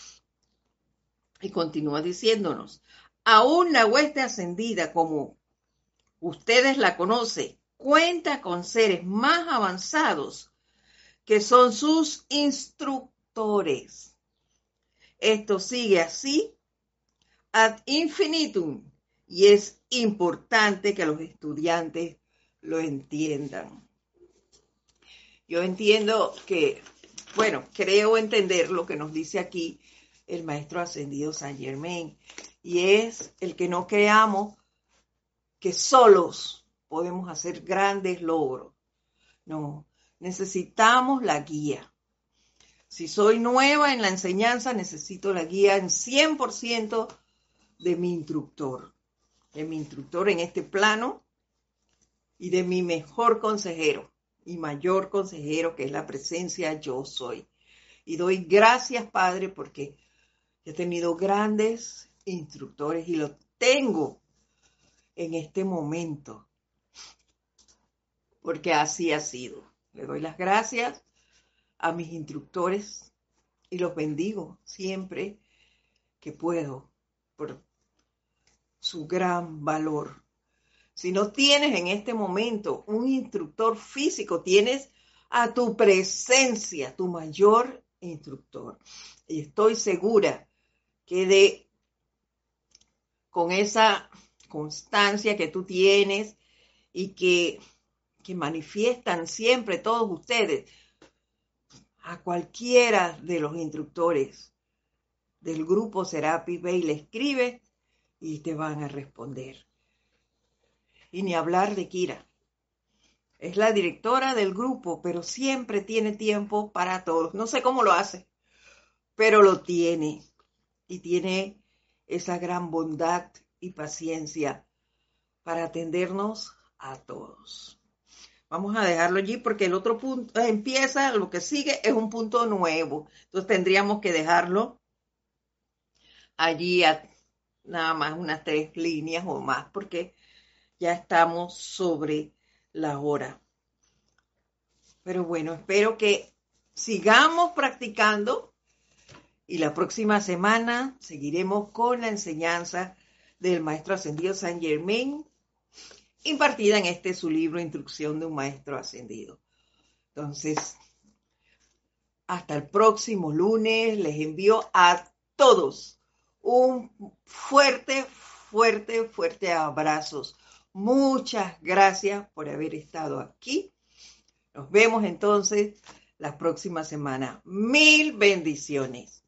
Y continúa diciéndonos, aún la hueste ascendida, como ustedes la conocen, cuenta con seres más avanzados que son sus instructores. Esto sigue así ad infinitum y es importante que los estudiantes lo entiendan. Yo entiendo que, bueno, creo entender lo que nos dice aquí el Maestro Ascendido Saint Germain, y es el que no creamos que solos podemos hacer grandes logros. No, necesitamos la guía. Si soy nueva en la enseñanza, necesito la guía en cien por ciento de mi instructor, de mi instructor en este plano y de mi mejor consejero y mayor consejero, que es la presencia yo soy. Y doy gracias, Padre, porque he tenido grandes instructores y los tengo en este momento, porque así ha sido. Le doy las gracias a mis instructores y los bendigo siempre que puedo por su gran valor. Si no tienes en este momento un instructor físico, tienes a tu presencia, tu mayor instructor. Y estoy segura que de con esa constancia que tú tienes y que, que manifiestan siempre todos ustedes, a cualquiera de los instructores del grupo Serapis Bay le escribe y te van a responder. Y ni hablar de Kira. Es la directora del grupo, pero siempre tiene tiempo para todos. No sé cómo lo hace, pero lo tiene. Y tiene esa gran bondad y paciencia para atendernos a todos. Vamos a dejarlo allí porque el otro punto eh, empieza, lo que sigue es un punto nuevo. Entonces tendríamos que dejarlo allí a nada más unas tres líneas o más porque ya estamos sobre la hora. Pero bueno, espero que sigamos practicando y la próxima semana seguiremos con la enseñanza del Maestro Ascendido Saint Germain, impartida en este su libro Instrucción de un Maestro Ascendido. Entonces, hasta el próximo lunes, les envío a todos un fuerte, fuerte, fuerte abrazos. Muchas gracias por haber estado aquí. Nos vemos entonces la próxima semana. Mil bendiciones.